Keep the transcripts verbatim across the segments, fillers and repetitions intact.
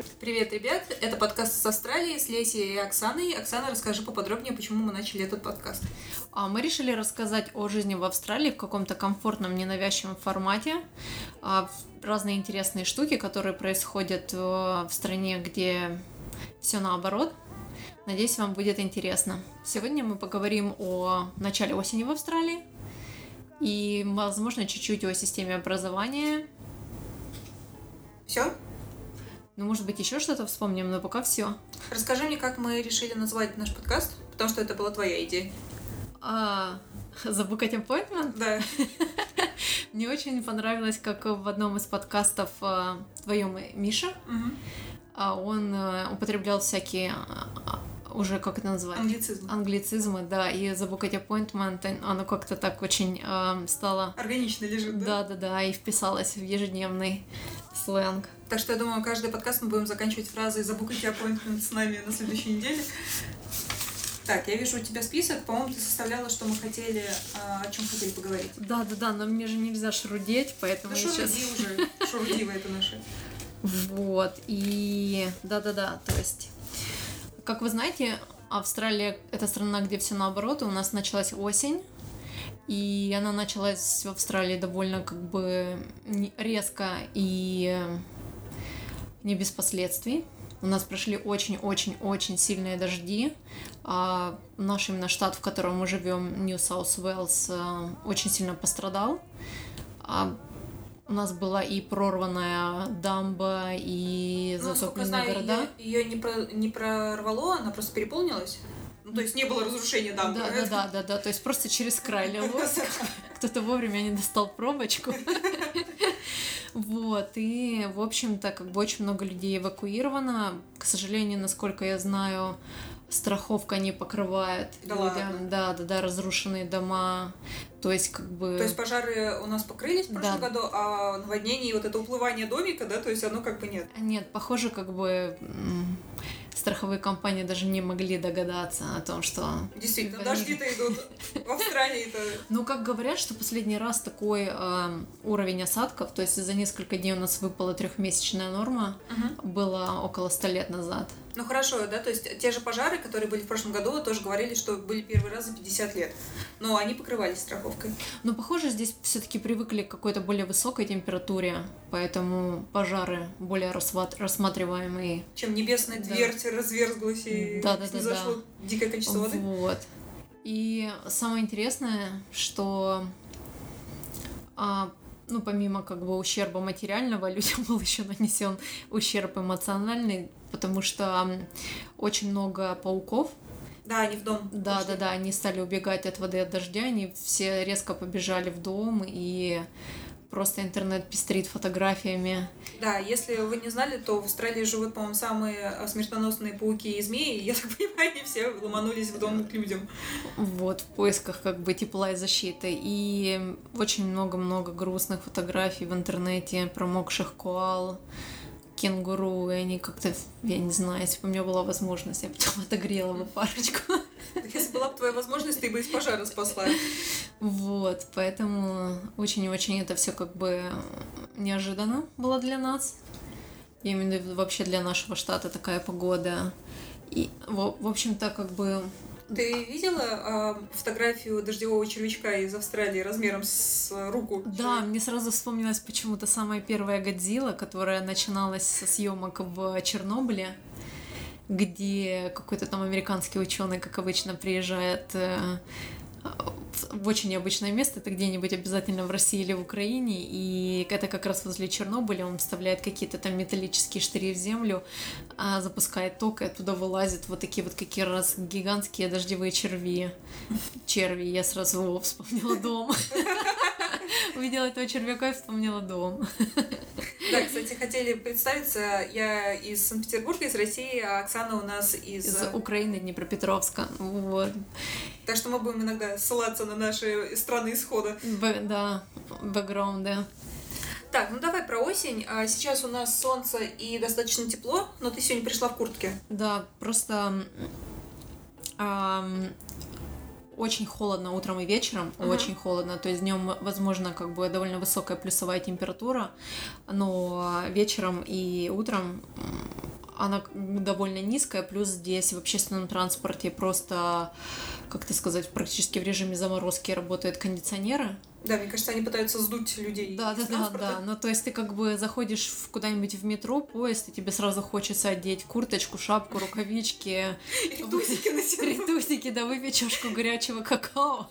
Привет, ребят! Это подкаст с Австралии с Лесей и Оксаной. Оксана, расскажи поподробнее, почему мы начали этот подкаст. Мы решили рассказать о жизни в Австралии в каком-то комфортном, ненавязчивом формате. Разные интересные штуки, которые происходят в стране, где все наоборот. Надеюсь, вам будет интересно. Сегодня мы поговорим о начале осени в Австралии и, возможно, чуть-чуть о системе образования. Все? Ну, может быть, еще что-то вспомним, но пока все. Расскажи мне, как мы решили назвать наш подкаст, потому что это была твоя идея. А, забукать appointment? Да. Мне очень понравилось, как в одном из подкастов твоем Миша, угу. он употреблял всякие уже, как это называть? Англицизмы. Англицизмы, да, и забукать appointment, оно как-то так очень э, стало... Органично лежит, да? Да-да-да, и вписалось в ежедневный сленг. Так что я думаю, каждый подкаст мы будем заканчивать фразой «забукайте appointment с нами на следующей неделе». Так, я вижу у тебя список. По-моему, ты составляла, что мы хотели, о чем хотели поговорить. Да-да-да, но мне же нельзя шрудеть, поэтому да я шуруди сейчас... уже, шурудивы это наши. Вот, и да-да-да, то есть... Как вы знаете, Австралия — это страна, где все наоборот. У нас началась осень, и она началась в Австралии довольно как бы резко и не без последствий. У нас прошли очень-очень-очень сильные дожди. А наш именно штат, в котором мы живем, Нью-Саус-Уэльс, очень сильно пострадал. А у нас была и прорванная дамба, и затопленные ну, города. Ее, ее не, про, не прорвало, она просто переполнилась. Ну, то есть не было разрушения дамбы. Да, да, да, да, да. То есть просто через край лилось. Кто-то вовремя не достал пробочку. Вот, и, в общем-то, как бы очень много людей эвакуировано. К сожалению, насколько я знаю, страховка не покрывает да людям, ладно. да, да, да, разрушенные дома. То есть, как бы... То есть пожары у нас покрылись в прошлом да. году, а наводнение и вот это уплывание домика, да, то есть оно как бы нет. Нет, похоже, как бы страховые компании даже не могли догадаться о том, что... Действительно, дожди-то идут в Австралии-то. Ну, как говорят, что последний раз такой э, уровень осадков, то есть за несколько дней у нас выпала трехмесячная норма, угу. было около ста лет назад. Ну, хорошо, да, то есть те же пожары, которые были в прошлом году, тоже говорили, что были первый раз за пятьдесят лет, но они покрывались страховкой. Но, похоже, здесь все-таки привыкли к какой-то более высокой температуре, поэтому пожары более рассматриваемые. Чем небесная да. дверь разверзлась и да, да, снизошло да, да. дикое количество воды. Вот. И самое интересное, что... А, ну, помимо как бы ущерба материального, людям был еще нанесен ущерб эмоциональный, потому что очень много пауков. Да, они в дом. Да, пошли. да, да, они стали убегать от воды, от дождя, они все резко побежали в дом, и просто интернет пестрит фотографиями. Да, если вы не знали, то в Австралии живут, по-моему, самые смертоносные пауки и змеи, и, я так понимаю, они все ломанулись в дом к людям. Вот, в поисках как бы тепла и защиты. И очень много-много грустных фотографий в интернете промокших коал, кенгуру, и они как-то, я не знаю, если бы у меня была возможность, я бы потом отогрела бы парочку. Если была бы твоя возможность, ты бы из пожара спасла. Вот, поэтому очень-очень это все как бы неожиданно было для нас. Я имею в виду вообще для нашего штата такая погода. И, в, в общем-то, как бы... Ты видела э, фотографию дождевого червячка из Австралии размером с руку? Да, мне сразу вспомнилась почему-то самая первая «Годзилла», которая начиналась со съемок в Чернобыле, где какой-то там американский ученый, как обычно, приезжает э, в очень необычное место, это где-нибудь обязательно в России или в Украине, и это как раз возле Чернобыля, он вставляет какие-то там металлические штыри в землю, запускает ток, и оттуда вылазят вот такие вот какие раз гигантские дождевые черви. Черви, я сразу вспомнила дом. Увидела этого червяка и вспомнила дом. Да, кстати, хотели представиться, я из Санкт-Петербурга, из России, а Оксана у нас из... Из Украины, Днепропетровска. Вот. Так что мы будем иногда ссылаться на наши страны исхода. Б- да, бэкграунды. Так, ну давай про осень. Сейчас у нас солнце и достаточно тепло, но ты сегодня пришла в куртке. Да, просто... Эм... очень холодно утром и вечером, uh-huh. очень холодно, то есть днем, возможно, как бы довольно высокая плюсовая температура, но вечером и утром она довольно низкая, плюс здесь в общественном транспорте просто, как это сказать, практически в режиме заморозки работают кондиционеры. Да, мне кажется, они пытаются сдуть людей. Да, да, да, да. Ну, то есть ты как бы заходишь в куда-нибудь в метро, поезд, и тебе сразу хочется одеть курточку, шапку, рукавички. Ритусики на себя. Ритусики, да, выпить чашку горячего какао.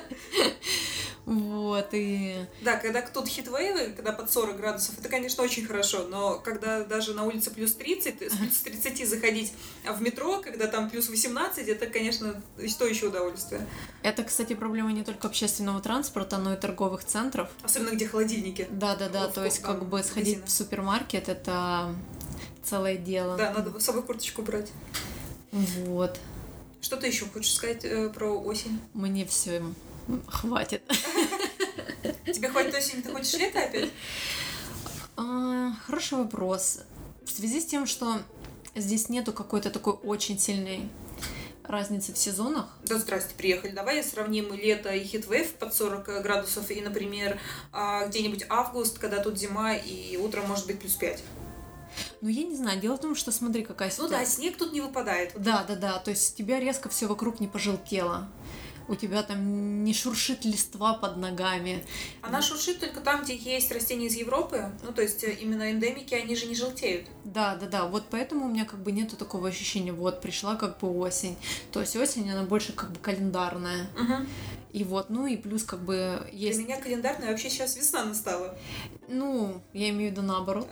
Вот, и... Да, когда тут хитвейвы, когда под сорок градусов, это, конечно, очень хорошо, но когда даже на улице плюс тридцать, с плюс тридцати заходить в метро, когда там плюс восемнадцать, это, конечно, то еще удовольствие. Это, кстати, проблема не только общественного транспорта, но и торговых центров. Особенно где холодильники. Да-да-да, то есть как бы сходить в супермаркет — это целое дело. Да, надо с собой курточку брать. Вот. Что ты еще хочешь сказать э, про осень? Мне все хватит. Тебе хватит осени, ты хочешь лето опять? А, хороший вопрос. В связи с тем, что здесь нету какой-то такой очень сильной разницы в сезонах. Да, здрасте, приехали. Давай сравним лето и хитвейв под сорок градусов и, например, где-нибудь август, когда тут зима и утром может быть плюс пять. Ну, я не знаю. Дело в том, что смотри, какая ситуация. Ну да, снег тут не выпадает. Да, да, да. То есть у тебя резко все вокруг не пожелтело. У тебя там не шуршит листва под ногами. Она шуршит только там, где есть растения из Европы. Ну, то есть именно эндемики, они же не желтеют. Да, да, да. Вот поэтому у меня как бы нету такого ощущения, вот пришла как бы осень. То есть осень, она больше как бы календарная. Угу. И вот, ну и плюс как бы есть... Для меня календарная вообще сейчас весна настала. Ну, я имею в виду наоборот.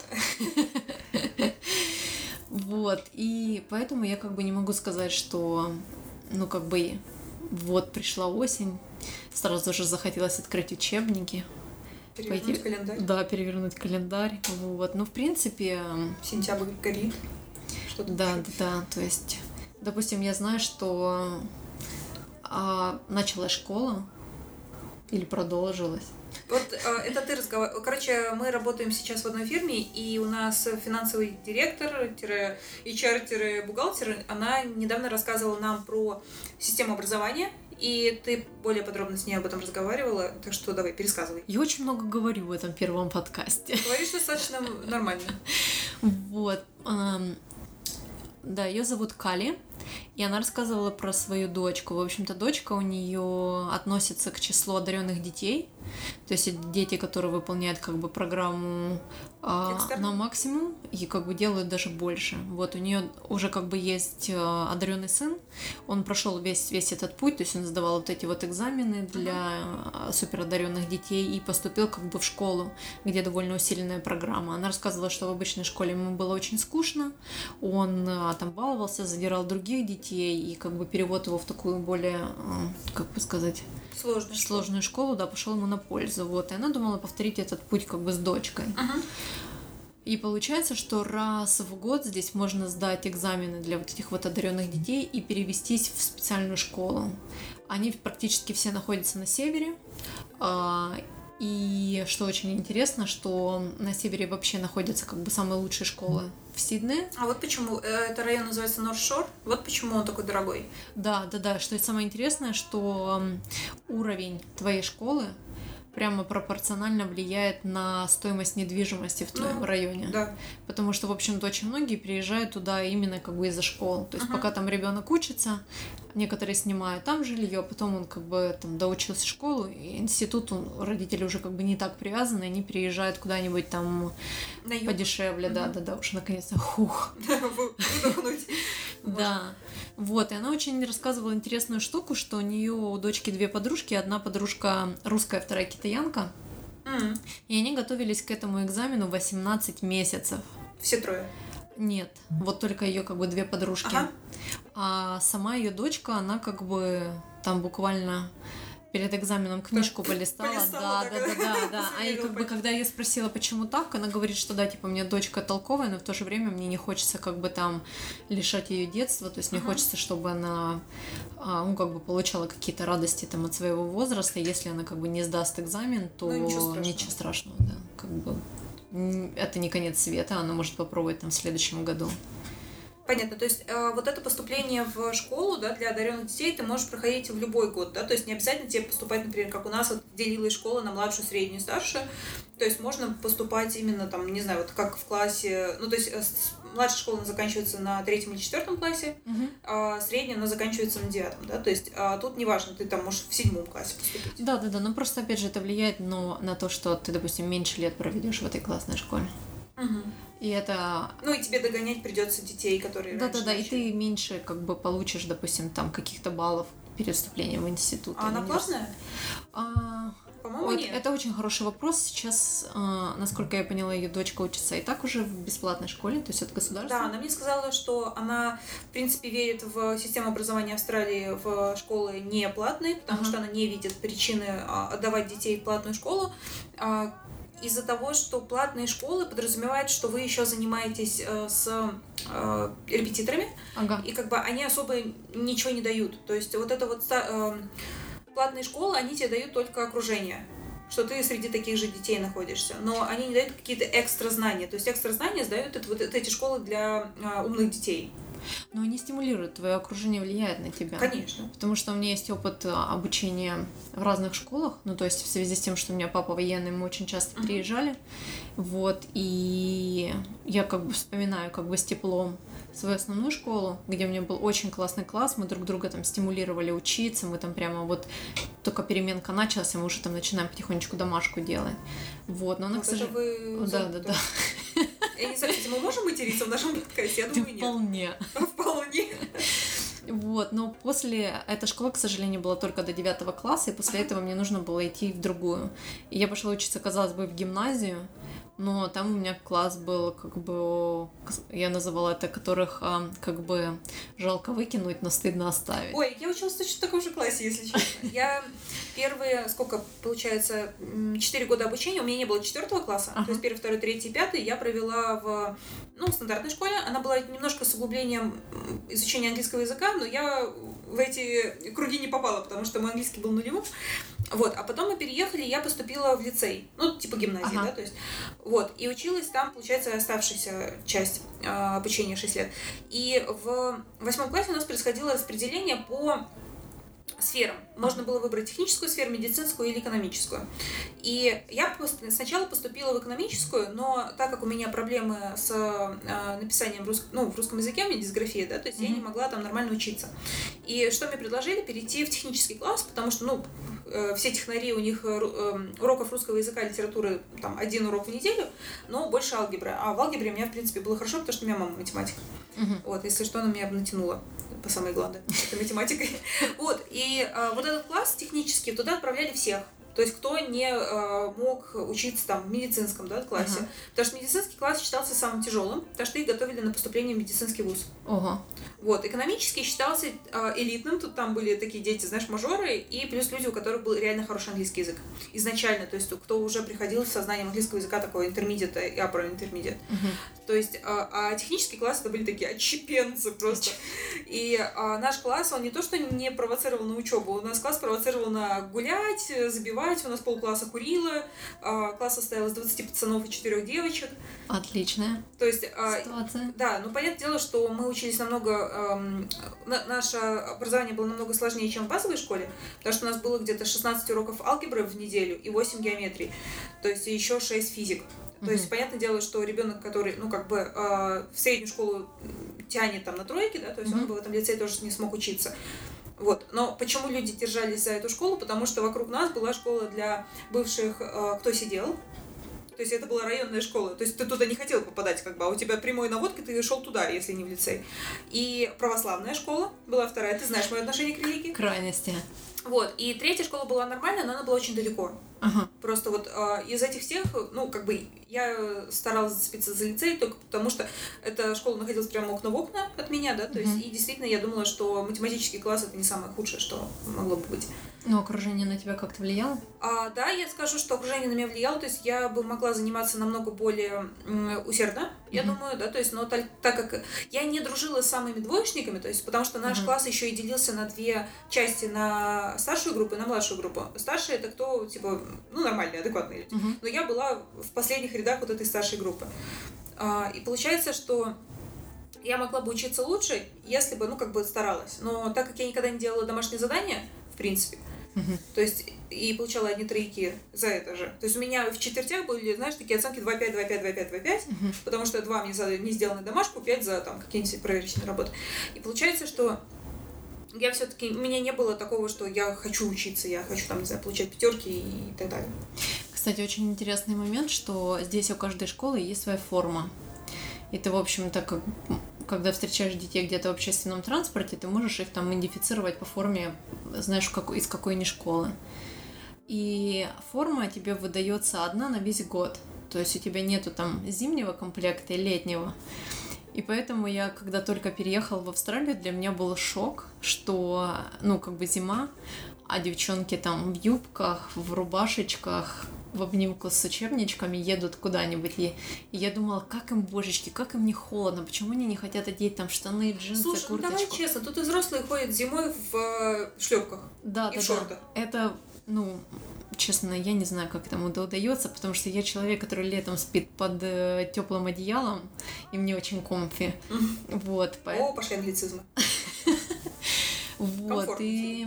Вот. И поэтому я как бы не могу сказать, что, ну, как бы... Вот пришла осень, сразу же захотелось открыть учебники. Перевернуть пойти... календарь. Да, перевернуть календарь. Вот. Ну, в принципе... Сентябрь горит. Что-то да, да, да. То есть, допустим, я знаю, что а, началась школа или продолжилась. Вот э, это ты разговаривал. Короче, мы работаем сейчас в одной фирме, и у нас финансовый директор-эйч ар-бухгалтер, она недавно рассказывала нам про систему образования, и ты более подробно с ней об этом разговаривала, так что давай, пересказывай. Я очень много говорю в этом первом подкасте. Говоришь достаточно нормально. Вот. Да, ее зовут Кали, и она рассказывала про свою дочку. В общем-то, дочка у нее относится к числу одаренных детей, то есть это дети, которые выполняют как бы программу а, на максимум и как бы делают даже больше. Вот у нее уже как бы есть а, одаренный сын, он прошел весь весь этот путь, то есть он сдавал вот эти вот экзамены для uh-huh. суперодаренных детей и поступил как бы в школу, где довольно усиленная программа. Она рассказывала, что в обычной школе ему было очень скучно, он а, там баловался, задирал других детей, и как бы перевод его в такую более, а, как бы сказать, сложную, сложную школу, да, пошел ему на пользу. Вот. И она думала повторить этот путь как бы с дочкой. Uh-huh. И получается, что раз в год здесь можно сдать экзамены для вот этих вот одаренных детей и перевестись в специальную школу. Они практически все находятся на севере. И что очень интересно, что на севере вообще находятся как бы самые лучшие школы в Сиднее. А вот почему? Это район называется Норт Шор. Вот почему он такой дорогой. Да, да, да. Что самое интересное, что уровень твоей школы прямо пропорционально влияет на стоимость недвижимости в твоем ну, районе. Да. Потому что, в общем-то, очень многие приезжают туда именно как бы из-за школ. То есть, uh-huh. пока там ребенок учится, некоторые снимают там жилье, потом он как бы там доучился школу, и институт, он, родители уже как бы не так привязаны, они приезжают куда-нибудь там подешевле, uh-huh. да, да, да, уж наконец-то хух. Выдохнуть. Да. Вот, и она очень рассказывала интересную штуку, что у нее у дочки две подружки, одна подружка русская, вторая китаянка, mm. и они готовились к этому экзамену восемнадцать месяцев. Все трое? Нет, вот только ее как бы две подружки. Ага. А сама ее дочка, она как бы там буквально перед экзаменом книжку полистала. полистала да, да, да, да, да. А и как бы, когда я спросила, почему так, она говорит, что да, типа, мне дочка толковая, но в то же время мне не хочется как бы там лишать ее детства, то есть мне uh-huh. хочется, чтобы она, ну, как бы получала какие-то радости там от своего возраста, если она как бы не сдаст экзамен, то ну, ничего страшного. ничего страшного, да, как бы это не конец света, она может попробовать там в следующем году. Понятно, то есть э, вот это поступление в школу, да, для одаренных детей ты можешь проходить в любой год, да, то есть не обязательно тебе поступать, например, как у нас вот делилась школа на младшую, среднюю, старшую, то То есть можно поступать именно там, не знаю, вот как в классе, ну то есть младшая школа она заканчивается на третьем или четвертом классе, Угу. а средняя она заканчивается на девятом, да, то есть а, тут неважно, ты там можешь в седьмом классе поступить. Да, да, да, ну просто опять же это влияет, но на то, что ты, допустим, меньше лет проведешь в этой классной школе. Угу. И это... Ну и тебе догонять придется детей, которые Да, раньше да, да, и начали. ты меньше как бы получишь, допустим, там каких-то баллов перед вступлением в институт. А или она университет. платная? А, По-моему, вот нет. это очень хороший вопрос. Сейчас, а, насколько я поняла, ее дочка учится и так уже в бесплатной школе, то есть от государства. Да, она мне сказала, что она, в принципе, верит в систему образования Австралии в школы не платные, потому Ага. что она не видит причины а, отдавать детей в платную школу. А, из-за того, что платные школы подразумевают, что вы еще занимаетесь э, с э, репетиторами, Ага. и как бы они особо ничего не дают. То есть вот это вот э, платные школы, они тебе дают только окружение, что ты среди таких же детей находишься, но они не дают какие-то экстра знания. То есть экстра знания сдают это, вот эти школы для э, умных детей. Но они стимулируют, твое окружение влияет на тебя. Конечно. Потому что у меня есть опыт а, обучения в разных школах, ну, то есть в связи с тем, что у меня папа военный, мы очень часто Мгм. приезжали, вот, и я как бы вспоминаю как бы с теплом свою основную школу, где у меня был очень классный класс, мы друг друга там стимулировали учиться, мы там прямо вот только переменка началась, и мы уже там начинаем потихонечку домашку делать, вот, но она, Вот к это сожалению... вы... Да, да, да. Я не знаю, кстати, мы можем материться в нашем подкасте? Я думаю, нет. Вполне. Вполне. Вот, но после эта школа, к сожалению, была только до девятого класса, и после Ага. этого мне нужно было идти в другую. И я пошла учиться, казалось бы, в гимназию, но там у меня класс был, как бы, я называла это, которых а, как бы жалко выкинуть, но стыдно оставить. Ой, я училась точно в таком же классе, если честно. Я первые, сколько, получается, четыре года обучения, у меня не было четвертого класса, Ага. то есть первый, второй, третий, пятый я провела в, ну, в стандартной школе. Она была немножко с углублением м, изучения английского языка, но я в эти круги не попала, потому что мой английский был нулевым. Вот, а потом мы переехали, и я поступила в лицей, ну, типа гимназии, Ага. да, то есть, вот, и училась там, получается, оставшаяся часть э, обучения шесть лет. И в восьмом классе у нас происходило распределение по сферам. Можно было выбрать техническую сферу, медицинскую или экономическую. И я пост- сначала поступила в экономическую, но так как у меня проблемы с э, написанием рус- ну, в русском языке, у меня дисграфия, да, то есть я не Мгм. могла там нормально учиться. И что мне предложили? Перейти в технический класс, потому что, ну, э, все технари, у них э, ру- э, уроков русского языка, литературы, там, один урок в неделю, но больше алгебра. А в алгебре у меня, в принципе, было хорошо, потому что у меня мама математик. Мгм. Вот, если что, она меня натянула по самое главное, это математикой. Вот, и а, вот этот класс технический, туда отправляли всех. То есть кто не а, мог учиться там в медицинском, да, классе. Ага. Потому что медицинский класс считался самым тяжелым, потому что их готовили на поступление в медицинский вуз. Ого. Вот, экономический считался а, элитным, тут там были такие дети, знаешь, мажоры, и плюс люди, у которых был реально хороший английский язык. Изначально, то есть кто уже приходил со знанием английского языка, такой интермедиат и upper intermediate. Мгм. То есть, а, а технический класс это были такие отщепенцы просто. И а, наш класс, он не то что не провоцировал на учебу, у нас класс провоцировал на гулять, забивать, у нас полкласса курило, а, класс состоял из двадцати пацанов и четырех девочек. Отличная То есть, а, ситуация. да, ну понятное дело, что мы учились намного, эм, на- наше образование было намного сложнее, чем в базовой школе, потому что у нас было где-то шестнадцать уроков алгебры в неделю и восемь геометрии, то есть и еще шесть физик. То есть, Мгм. понятное дело, что ребенок, который, ну, как бы, э, в среднюю школу тянет там на тройки, да, то есть он Мгм. бы в этом лицее тоже не смог учиться. Вот. Но почему люди держались за эту школу? Потому что вокруг нас была школа для бывших э, «Кто сидел?». То есть это была районная школа. То есть ты туда не хотел попадать, как бы, а у тебя прямой наводка, ты шел туда, если не в лицей. И православная школа была вторая. Ты знаешь мое отношение к религии. Крайности. Вот. И третья школа была нормальная, но она была очень далеко. Ага. Просто вот э, из этих всех, ну, как бы, я старалась зацепиться за лицей только потому, что эта школа находилась прямо окна в окна от меня, да, то есть, Мгм. и действительно я думала, что математический класс это не самое худшее, что могло бы быть. Но окружение на тебя как-то влияло? А, да, я скажу, что окружение на меня влияло, то есть я бы могла заниматься намного более м, усердно, я Мгм. думаю, да, то есть, но так, так как я не дружила с самыми двоечниками, то есть, потому что наш Мгм. класс еще и делился на две части, на старшую группу и на младшую группу. Старшие это кто, типа, ну, нормальные, адекватные люди. Мгм. Но я была в последних рядах вот этой старшей группы. А, и получается, что я могла бы учиться лучше, если бы, ну, как бы старалась. Но так как я никогда не делала домашние задания, в принципе, Мгм. То есть, и получала одни тройки за это же. То есть у меня в четвертях были, знаешь, такие оценки два пять, два пять, два пять, два пять, Мгм. потому что два мне за не сделанную домашку, пять за там какие-нибудь проверочные работы. И получается, что я все-таки, у меня не было такого, что я хочу учиться, я хочу там, не знаю, получать пятерки и так далее. Кстати, очень интересный момент, что здесь у каждой школы есть своя форма. И ты, в общем-то, как, когда встречаешь детей где-то в общественном транспорте, ты можешь их там идентифицировать по форме, знаешь, какой, из какой ни школы. И форма тебе выдается одна на весь год. То есть у тебя нету там зимнего комплекта и летнего. И поэтому я, когда только переехала в Австралию, для меня был шок, что, ну, как бы зима, а девчонки там в юбках, в рубашечках, в обнимку с учебничками едут куда-нибудь. И, и я думала, как им, божечки, как им не холодно, почему они не хотят одеть там штаны, джинсы, Слушай, ну курточку. давай честно, тут и взрослые ходят зимой в э, шлепках Да, и да, в шортах. да. Это, ну, честно, я не знаю, как этому удается, потому что я человек, который летом спит под э, теплым одеялом, и мне очень комфи. Вот, О, поэтому... пошли англицизмы. Вот, комфортно и...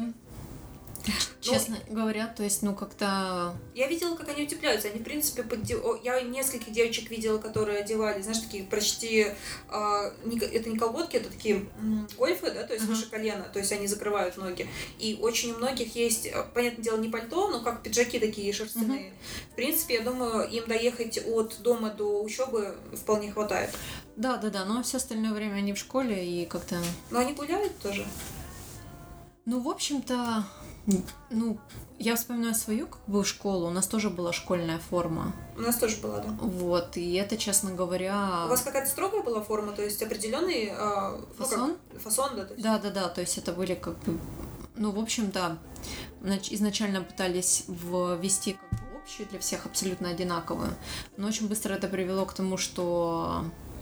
Честно говоря, то есть, ну, как-то... Я видела, как они утепляются. Они, в принципе, подде... О, я нескольких девочек видела, которые одевали, знаешь, такие почти... Э, не, это не колготки, это такие м, гольфы, да, то есть Uh-huh. выше колена, то есть они закрывают ноги. И очень у многих есть, понятное дело, не пальто, но как пиджаки такие шерстяные. Uh-huh. В принципе, я думаю, им доехать от дома до учебы вполне хватает. Да, да, да, но все остальное время они в школе и как-то... Но они гуляют тоже. Ну, в общем-то, ну, я вспоминаю свою как бы школу, у нас тоже была школьная форма. У нас тоже была, да. Вот, и это, честно говоря... У вас какая-то строгая была форма, то есть определенный э, фасон? Ну, как, фасон, да? То есть... Да, да, да, то есть это были как бы... Ну, в общем, да, изначально пытались ввести как бы общую для всех абсолютно одинаковую, но очень быстро это привело к тому, что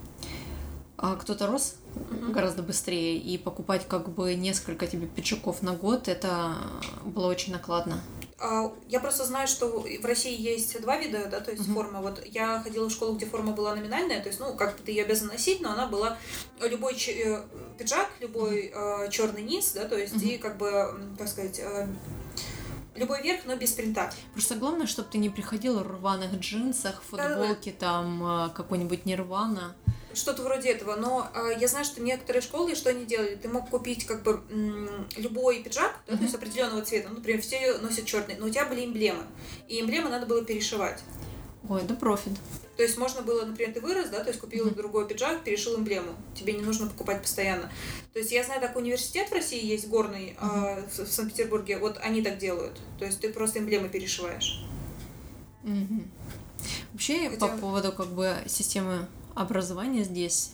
кто-то рос uh-huh. гораздо быстрее, и покупать как бы несколько тебе пиджаков на год, это было очень накладно. Я просто знаю, что в России есть два вида, да, то есть uh-huh. форма. Вот я ходила в школу, где форма была номинальная, то есть, ну, как бы ты ее обязан носить, но она была любой ч- пиджак, любой uh-huh. э, черный низ, да, то есть, uh-huh. и как бы, как сказать, э, любой верх, но без принта. Просто главное, чтобы ты не приходила в рваных джинсах, футболке, да-да-да. Там какой-нибудь Нирвана. Что-то вроде этого, но э, я знаю, что некоторые школы, что они делали, ты мог купить как бы м, любой пиджак, да, uh-huh. то есть определенного цвета, ну, например, все носят черный, но у тебя были эмблемы, и эмблемы надо было перешивать. Ой, да профит. То есть можно было, например, ты вырос, да, то есть купил uh-huh. другой пиджак, перешил эмблему, тебе не нужно покупать постоянно. То есть я знаю, так университет в России есть горный, uh-huh. э, в, в Санкт-Петербурге, вот они так делают, то есть ты просто эмблемы перешиваешь. Uh-huh. Вообще, Хотя... по поводу как бы системы образование здесь.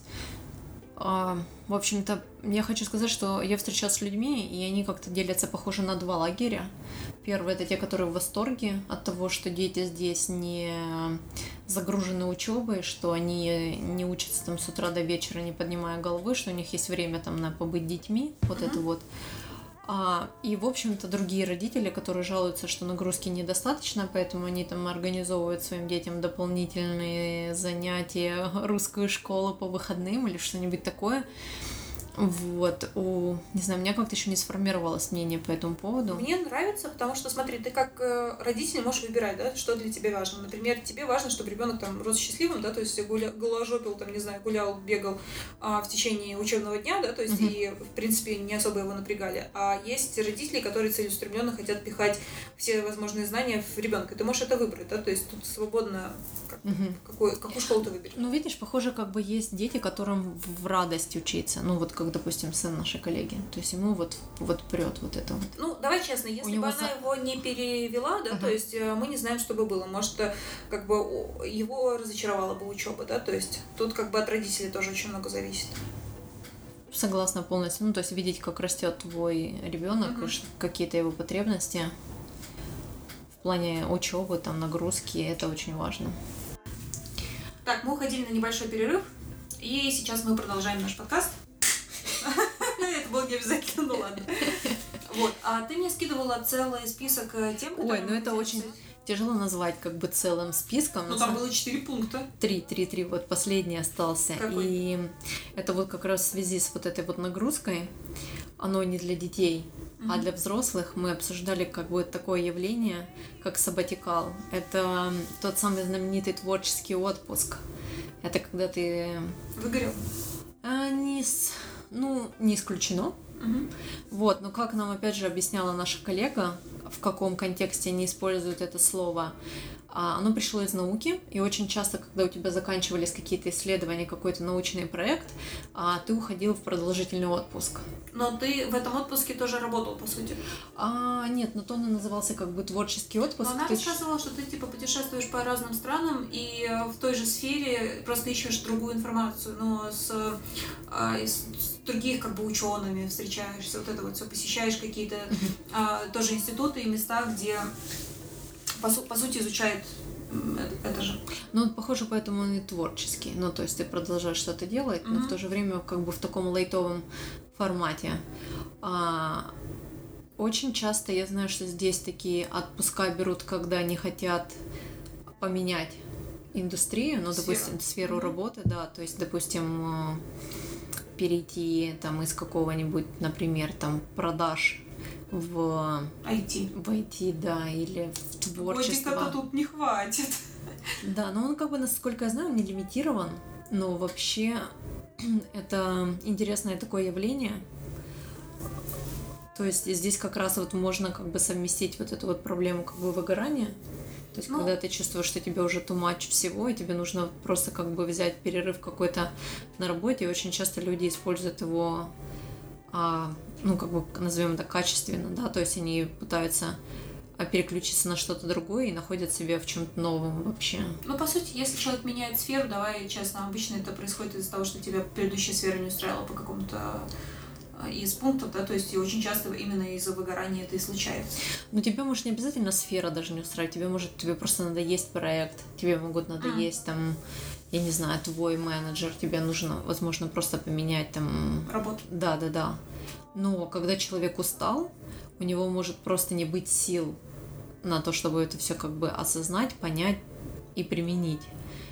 В общем-то, я хочу сказать, что я встречалась с людьми, и они как-то делятся, похоже, на два лагеря. Первый — это те, которые в восторге от того, что дети здесь не загружены учебой, что они не учатся там с утра до вечера, не поднимая головы, что у них есть время там на побыть детьми, вот mm-hmm. это вот. А, и, в общем-то, другие родители, которые жалуются, что нагрузки недостаточно, поэтому они там организовывают своим детям дополнительные занятия, русскую школу по выходным или что-нибудь такое. Вот, у, не знаю, у меня как-то еще не сформировалось мнение по этому поводу. Мне нравится, потому что, смотри, ты как э, родитель можешь выбирать, да, что для тебя важно. Например, тебе важно, чтобы ребенок там рос счастливым, да, то есть гуля, голожопил, там, не знаю, гулял, бегал а, в течение учебного дня, да, то есть uh-huh. и, в принципе, не особо его напрягали. А есть родители, которые целеустремленно хотят пихать все возможные знания в ребенка. Ты можешь это выбрать, да, то есть тут свободно, как, uh-huh. какую, какую школу ты выберешь. Ну, видишь, похоже, как бы есть дети, которым в радость учиться, ну, вот как, допустим, сын нашей коллеги. То есть ему вот, вот прет вот это вот. Ну, давай честно, если бы она за... его не перевела, да, uh-huh. то есть мы не знаем, что бы было. Может, как бы его разочаровала бы учеба, да, то есть тут как бы от родителей тоже очень много зависит. Согласна полностью. Ну, то есть видеть, как растет твой ребенок, uh-huh. какие-то его потребности в плане учебы, там, нагрузки, это очень важно. Так, мы уходили на небольшой перерыв, и сейчас мы продолжаем наш подкаст. Это было не обязательно, ну ладно. Вот, а ты мне скидывала целый список тем, Ой, ну это очень тяжело назвать как бы целым списком. Ну там было четыре пункта. Три, три, три, вот последний остался. Какой? И это вот как раз в связи с вот этой вот нагрузкой, оно не для детей. А для взрослых мы обсуждали как бы такое явление, как сабатикал. Это тот самый знаменитый творческий отпуск. Это когда ты... Выгорел? А, не, с... ну, не исключено. Угу. Вот, но как нам опять же объясняла наша коллега, в каком контексте они используют это слово, оно пришло из науки, и очень часто, когда у тебя заканчивались какие-то исследования, какой-то научный проект, ты уходил в продолжительный отпуск. Но ты в этом отпуске тоже работал, по сути? А, нет, но то он назывался как бы творческий отпуск. Но она ты... рассказывала, что ты типа путешествуешь по разным странам и в той же сфере просто ищешь другую информацию, но с, а, с других как бы учеными встречаешься, вот это вот все, посещаешь какие-то а, тоже институты и места, где по, су- по сути изучает это же. Ну, похоже, поэтому он и творческий. Ну, то есть ты продолжаешь что-то делать, mm-hmm. но в то же время как бы в таком лайтовом формате. А, очень часто я знаю, что здесь такие отпуска берут, когда они хотят поменять индустрию, ну, Сфера. допустим, сферу mm-hmm. работы, да, то есть, допустим, перейти там из какого-нибудь, например, там продаж в ай ти. В ай ти, да, или в творчество. Годика-то тут не хватит. Да, но он как бы, насколько я знаю, не лимитирован, но вообще это интересное такое явление. То есть здесь как раз вот можно как бы совместить вот эту вот проблему как бы выгорания. То есть, ну, когда ты чувствуешь, что тебе уже too much всего, и тебе нужно просто как бы взять перерыв какой-то на работе, и очень часто люди используют его, а, ну, как бы, назовем это качественно, да, то есть они пытаются переключиться на что-то другое и находят себя в чем-то новом вообще. Ну, по сути, если человек меняет сферу, давай честно, обычно это происходит из-за того, что тебя предыдущая сфера не устраивала по какому-то из пунктов, да, то есть и очень часто именно из-за выгорания это и случается. Ну, тебе может не обязательно сфера даже не устраивать, тебе может, тебе просто надоесть проект, тебе могут надоесть mm. там, я не знаю, твой менеджер, тебе нужно, возможно, просто поменять там... Работу. Да, да, да. Но когда человек устал, у него может просто не быть сил на то, чтобы это все как бы осознать, понять и применить.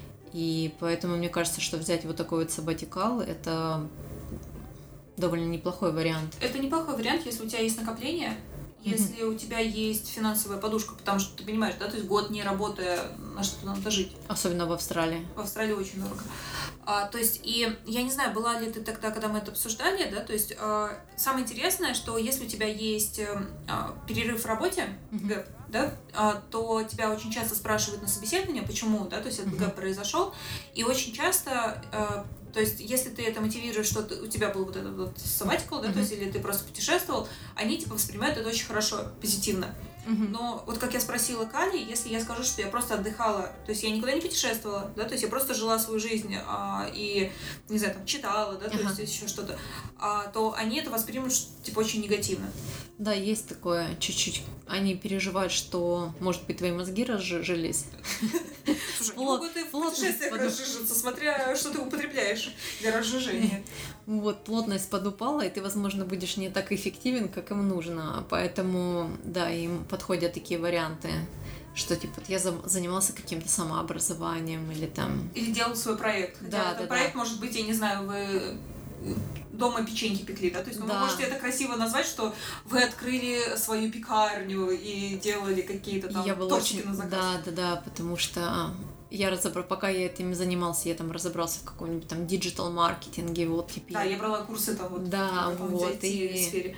И поэтому мне кажется, что взять вот такой вот сабатикал, это довольно неплохой вариант. Это неплохой вариант, если у тебя есть накопление, если mm-hmm. у тебя есть финансовая подушка, потому что ты понимаешь, да, то есть год не работая, на что надо жить. Особенно в Австралии. В Австралии очень дорого. А, то есть, и я не знаю, была ли ты тогда, когда мы это обсуждали, да, то есть а, самое интересное, что если у тебя есть а, перерыв в работе, mm-hmm. гэп, да, а, то тебя очень часто спрашивают на собеседование, почему, да, то есть этот mm-hmm. гэп произошел, и очень часто а, то есть, если ты это мотивируешь, что ты, у тебя был вот этот вот sabbatical, да, mm-hmm. то есть, или ты просто путешествовал, они, типа, воспринимают это очень хорошо, позитивно. Mm-hmm. Но вот как я спросила Кали, если я скажу, что я просто отдыхала, то есть, я никуда не путешествовала, да, то есть, я просто жила свою жизнь а, и, не знаю, там, читала, да, то uh-huh. есть, еще что-то, а, то они это воспримут, типа, очень негативно. Да, есть такое чуть-чуть. Они переживают, что, может быть, твои мозги разжились. Слушай, не могут и в путешествиях разжижиться, смотря что ты употребляешь для разжижения. Вот, плотность подупала, и ты, возможно, будешь не так эффективен, как им нужно. Поэтому, да, им подходят такие варианты, что, типа, я занимался каким-то самообразованием или там... Или делал свой проект. Хотя да, этот да, проект, да. может быть, я не знаю, вы... дома печеньки пекли, да, то есть ну, да. вы можете это красиво назвать, что вы открыли свою пекарню и делали какие-то там я тортики очень... на заказ. Да, да, да, потому что я разобрала, пока я этим занимался, я там разобрался в каком-нибудь там диджитал-маркетинге, вот теперь. Да, я брала курсы там вот да, в вот, и... сфере.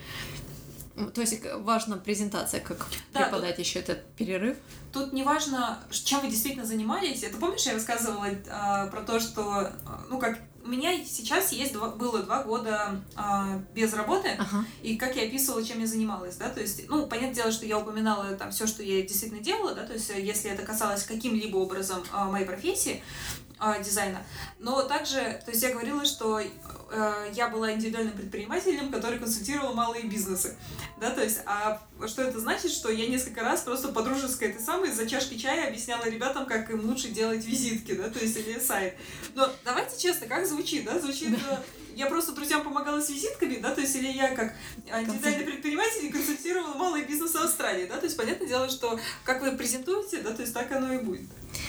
То есть важна презентация, как да, преподать тут... еще этот перерыв. Тут не важно, чем вы действительно занимались. Это помнишь, я рассказывала а, про то, что, ну как, у меня сейчас есть два, было два года а, без работы, ага. и как я описывала, чем я занималась, да, то есть, ну, понятное дело, что я упоминала там все, что я действительно делала, да, то есть, если это касалось каким-либо образом а, моей профессии, а, дизайна, но также, то есть, я говорила, что э, я была индивидуальным предпринимателем, который консультировал малые бизнесы, да, то есть, а что это значит, что я несколько раз просто по дружеской этой самой за чашкой чая объясняла ребятам, как им лучше делать визитки, да, то есть, или сайт. Но давайте честно, как звучит, да, звучит... Да. Я просто друзьям помогала с визитками, да, то есть, или я как индивидуальный предприниматель консультировала малые бизнесы Австралии, да, то есть, понятное дело, что как вы презентуете, да, то есть, так оно и будет.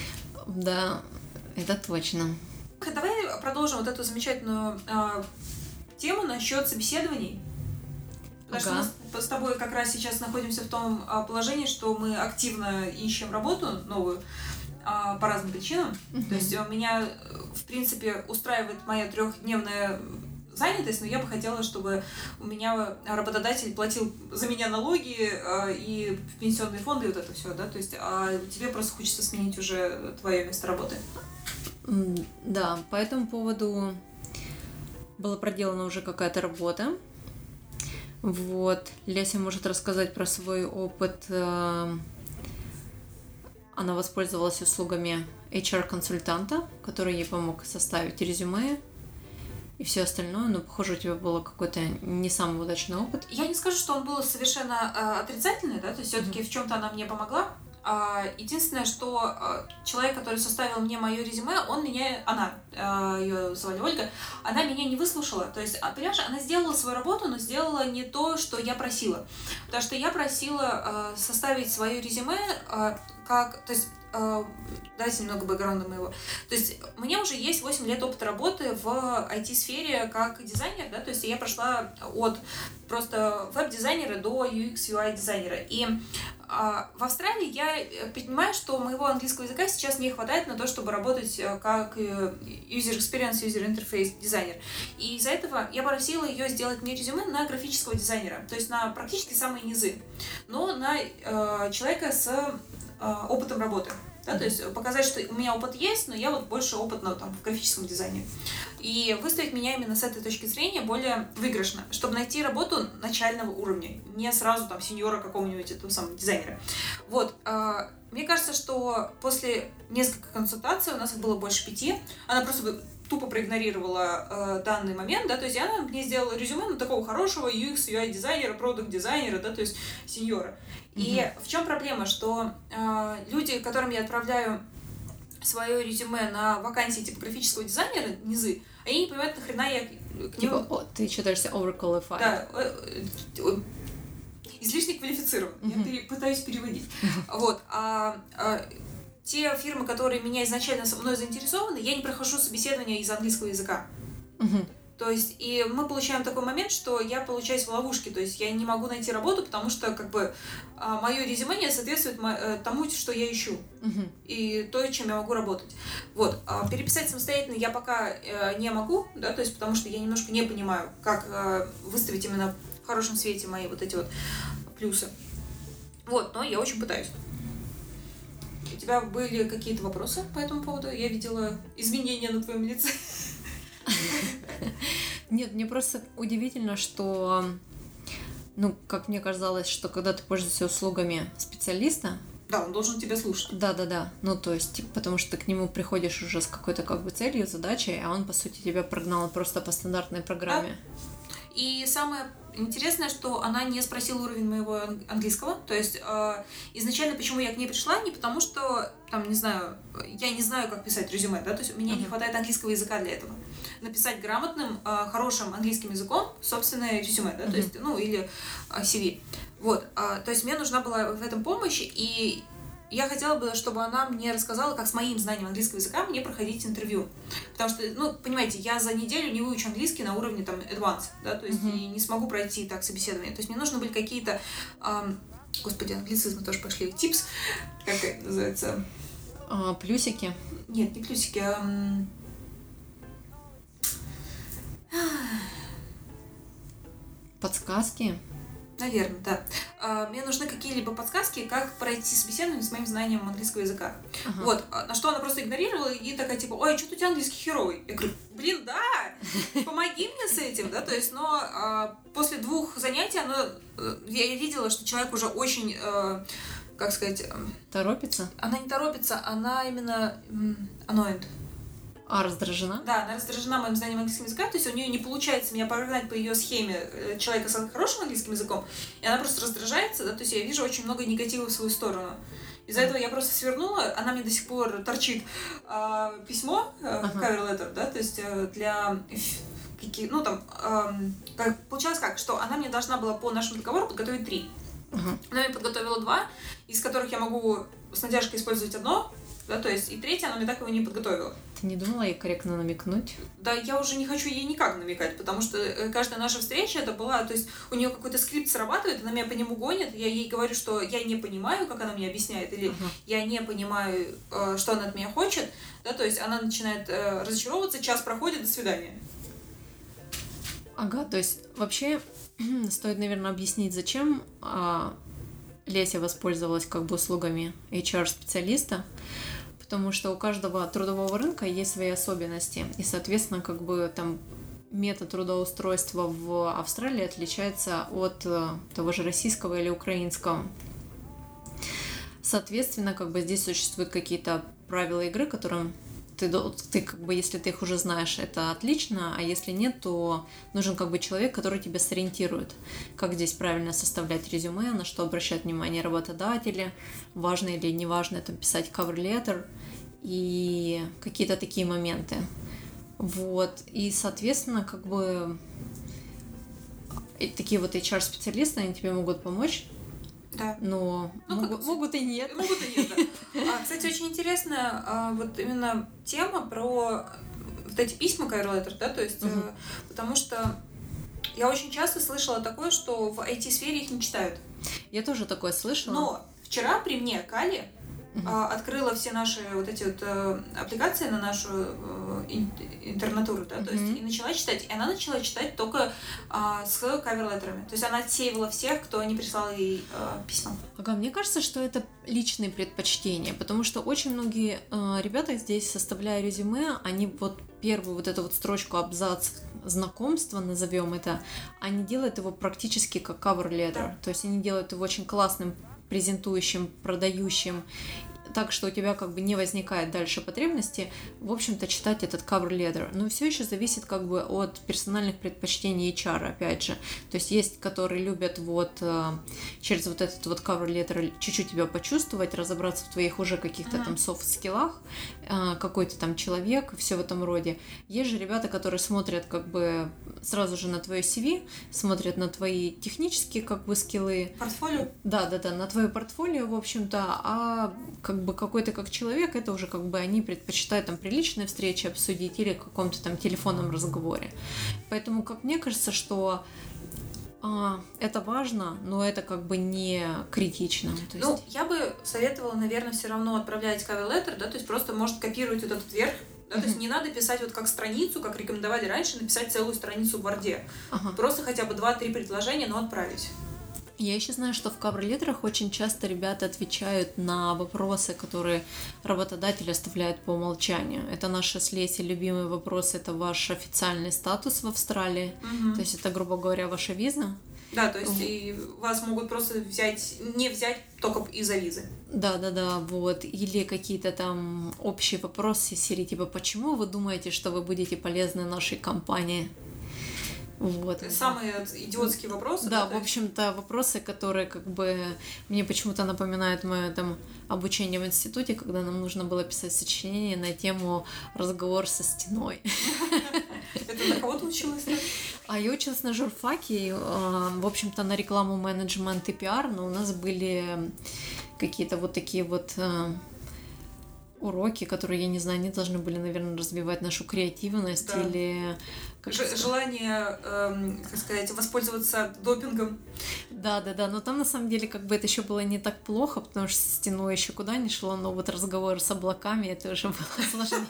Да, это точно. Давай продолжим вот эту замечательную э, тему насчет собеседований. Потому ага. что мы с тобой как раз сейчас находимся в том положении, что мы активно ищем работу новую по разным причинам. Uh-huh. То есть меня, в принципе, устраивает моя трехдневная занятость, но я бы хотела, чтобы у меня работодатель платил за меня налоги и пенсионные фонды, и вот это все, да, то есть а тебе просто хочется сменить уже твое место работы. Да, по этому поводу была проделана уже какая-то работа. Вот, Леся может рассказать про свой опыт. Она воспользовалась услугами эйч ар-консультанта, который ей помог составить резюме и все остальное, но, похоже, у тебя был какой-то не самый удачный опыт. Я не скажу, что он был совершенно э, отрицательный, да, то есть все-таки mm-hmm. в чем-то она мне помогла. Единственное, что человек, который составил мне мое резюме, он меня, она, ее звали Ольга, она меня не выслушала. То есть, понимаешь, она сделала свою работу, но сделала не то, что я просила. Потому что я просила составить свое резюме как, то есть, давайте немного бэкграунда моего. То есть, у меня уже есть восемь лет опыта работы в ай ти-сфере как дизайнер, да, то есть я прошла от просто веб-дизайнера до ю экс ю ай-дизайнера. И а, в Австралии я понимаю, что моего английского языка сейчас не хватает на то, чтобы работать как user experience, user interface дизайнер. И из-за этого я попросила ее сделать мне резюме на графического дизайнера, то есть на практически самые низы, но на э, человека с э, опытом работы. Да, то есть показать, что у меня опыт есть, но я вот больше опытна там, в графическом дизайне. И выставить меня именно с этой точки зрения более выигрышно, чтобы найти работу начального уровня, не сразу там сеньора какого-нибудь этого самого дизайнера. Вот. Э, мне кажется, что после нескольких консультаций, у нас их было больше пяти, она просто тупо проигнорировала э, данный момент, да, то есть она мне сделала резюме на такого хорошего ю экс ю ай-дизайнера, продакт-дизайнера, да, то есть сеньора. И mm-hmm. в чем проблема, что э, люди, которым я отправляю свое резюме на вакансии типа графического дизайнера, низы, они не понимают, нахрена я к ним... Типа, о, ты считаешься overqualified. Да, э, э, излишне квалифицирован. Mm-hmm. Я пытаюсь переводить. Mm-hmm. Вот, а... а те фирмы, которые меня изначально со мной заинтересованы, я не прохожу собеседование из английского языка. Uh-huh. То есть, и мы получаем такой момент, что я получаюсь в ловушке, то есть я не могу найти работу, потому что, как бы, мое резюме не соответствует тому, что я ищу, uh-huh. и то, чем я могу работать. Вот. А переписать самостоятельно я пока не могу, да, то есть, потому что я немножко не понимаю, как выставить именно в хорошем свете мои вот эти вот плюсы. Вот, но я очень пытаюсь. У тебя были какие-то вопросы по этому поводу? Я видела изменения на твоем лице. Нет, мне просто удивительно, что, ну, как мне казалось, что когда ты пользуешься услугами специалиста... Да, он должен тебя слушать. Да-да-да, ну, то есть, потому что ты к нему приходишь уже с какой-то, как бы, целью, задачей, а он, по сути, тебя прогнал просто по стандартной программе. Да. И самое интересное, что она не спросила уровень моего английского. То есть э, изначально почему я к ней пришла, не потому что, там, не знаю, я не знаю, как писать резюме, да, то есть у меня uh-huh. не хватает английского языка для этого. Написать грамотным, э, хорошим английским языком собственное резюме, да, uh-huh. то есть, ну, или э, си ви. Вот, э, то есть мне нужна была в этом помощь, и я хотела бы, чтобы она мне рассказала, как с моим знанием английского языка мне проходить интервью. Потому что, ну, понимаете, я за неделю не выучу английский на уровне, там, advanced, да, то есть uh-huh. и не смогу пройти так собеседование. То есть мне нужны были какие-то, эм, господи, англицизмы тоже пошли, tips, как это называется? А, плюсики? Нет, не плюсики, а... Подсказки? Наверное, да. А, мне нужны какие-либо подсказки, как пройти собеседование с моим знанием английского языка. Ага. Вот. На что она просто игнорировала и такая, типа, ой, что-то у тебя английский херовый. Я говорю, блин, да, помоги мне с этим, да, то есть, но а, после двух занятий она, я видела, что человек уже очень, а, как сказать... Торопится? Она не торопится, она именно annoyed. А, раздражена? Да, она раздражена моим знанием английского языка, то есть у нее не получается меня прогнать по ее схеме человека с хорошим английским языком, и она просто раздражается, да, то есть я вижу очень много негатива в свою сторону. Из-за этого я просто свернула, она мне до сих пор торчит э, письмо, э, uh-huh. cover letter, да, то есть э, для... Какие, ну, там, э, как, получалось как, что она мне должна была по нашему договору подготовить три. Uh-huh. Она мне подготовила два, из которых я могу с натяжкой использовать одно, да, то есть и третье она мне так его не подготовила. Ты не думала ей корректно намекнуть? Да, я уже не хочу ей никак намекать, потому что каждая наша встреча это была, то есть у нее какой-то скрипт срабатывает, она меня по нему гонит, я ей говорю, что я не понимаю, как она мне объясняет, или uh-huh. я не понимаю, что она от меня хочет, да, то есть она начинает разочаровываться, час проходит, до свидания. Ага, то есть вообще стоит, наверное, объяснить, зачем а, Леся воспользовалась как бы услугами эйч ар-специалиста, потому что у каждого трудового рынка есть свои особенности, и, соответственно, как бы там метод трудоустройства в Австралии отличается от того же российского или украинского. Соответственно, как бы здесь существуют какие-то правила игры, которым ты, ты как бы, если ты их уже знаешь, это отлично, а если нет, то нужен как бы человек, который тебя сориентирует, как здесь правильно составлять резюме, на что обращать внимание работодатели, важно или не важно там писать cover letter и какие-то такие моменты. Вот, и, соответственно, как бы такие вот эйч ар-специалисты, они тебе могут помочь. Да. Но ну, могут, как... могут и нет. Могут и нет, да. А, кстати, очень интересная а, вот именно тема про вот эти письма cover letter, да, то есть, uh-huh. а, потому что я очень часто слышала такое, что в ай ти-сфере их не читают. Я тоже такое слышала. Но вчера при мне Кали uh-huh. а, открыла все наши вот эти вот а, аппликации на нашу а, интернатуру, да, uh-huh. то есть и начала читать, и она начала читать только а, с кавер-леттерами, то есть она отсеивала всех, кто не прислал ей а, письма. Ага, мне кажется, что это личные предпочтения, потому что очень многие а, ребята здесь, составляя резюме, они вот первую вот эту вот строчку, абзац знакомства, назовем это, они делают его практически как cover-letter, да. То есть они делают его очень классным, презентующим, продающим, так что у тебя как бы не возникает дальше потребности, в общем-то, читать этот cover letter. Но все еще зависит как бы от персональных предпочтений эйч ар, опять же. То есть есть, которые любят вот через вот этот вот cover letter чуть-чуть тебя почувствовать, разобраться в твоих уже каких-то uh-huh. там софт-скиллах, какой ты там человек, все в этом роде. Есть же ребята, которые смотрят как бы сразу же на твое си ви, смотрят на твои технические как бы скиллы. Портфолио? Да, да, да, на твое портфолио, в общем-то, а как бы какой-то как человек, это уже как бы они предпочитают там при личной встрече обсудить или в каком-то там телефонном разговоре. Поэтому, как мне кажется, что а, это важно, но это как бы не критично. То есть... Ну, я бы советовала, наверное, все равно отправлять cover letter, да, то есть просто может копировать вот этот верх, да, uh-huh. то есть не надо писать вот как страницу, как рекомендовали раньше, написать целую страницу в Word. Uh-huh. Просто хотя бы два-три предложения, но отправить. Я еще знаю, что в кавер-леттерах очень часто ребята отвечают на вопросы, которые работодатели оставляют по умолчанию. Это наши с Лесей любимые вопросы, это ваш официальный статус в Австралии, угу. то есть это, грубо говоря, ваша виза. Да, то есть и вас могут просто взять, не взять только из-за визы. Да-да-да, вот. Или какие-то там общие вопросы из серии, типа, почему вы думаете, что вы будете полезны нашей компании? Вот. Самые идиотские вопросы. Да, да, в общем-то, вопросы, которые как бы мне почему-то напоминают мое там обучение в институте, когда нам нужно было писать сочинение на тему «Разговор со стеной». Это на кого ты училась? А я училась на журфаке, в общем-то, на рекламу, менеджмент и пиар, но у нас были какие-то вот такие вот уроки, которые, я не знаю, они должны были, наверное, развивать нашу креативность, да. или... Как Ж- желание, эм, как сказать, воспользоваться допингом. Да-да-да, но там, на самом деле, как бы это еще было не так плохо, потому что со стеной еще куда ни шло, но вот разговор с облаками, это уже было сложнее.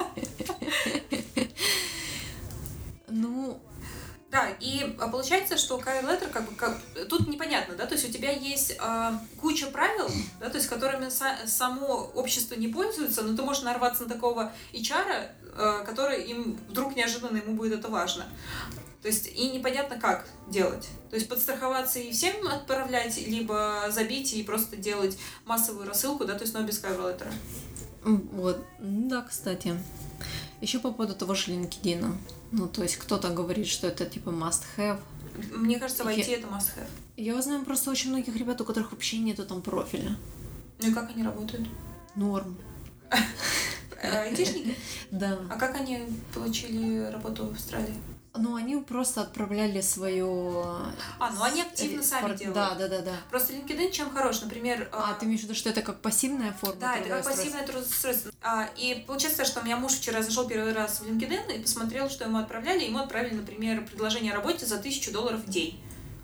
Ну... Да, и получается, что cover letter, как бы, как, тут непонятно, да, то есть у тебя есть э, куча правил, да, то есть которыми са- само общество не пользуется, но ты можешь нарваться на такого эйч ар, э, который им вдруг неожиданно ему будет это важно. То есть и непонятно, как делать. То есть подстраховаться и всем отправлять, либо забить и просто делать массовую рассылку, да, то есть, но без cover letter. Вот, да, кстати. Еще по поводу того же LinkedIn. Ну, то есть кто-то говорит, что это типа must-have. Мне кажется, в ай ти я... это must-have. Я узнаю просто очень многих ребят, у которых вообще нету там профиля. Ну и как они работают? Норм. Айтишники? Да. А как они получили работу в Австралии? Ну, они просто отправляли свою... А, ну они активно сами Пор... делают. Да, да, да, да. Просто LinkedIn чем хорош, например... А, ты имеешь в виду, что это как пассивная форма? Да, это как пассивное трудоустройство. А, и получается, что у меня муж вчера зашел первый раз в LinkedIn и посмотрел, что ему отправляли. Ему отправили, например, предложение о работе за тысячу долларов в день.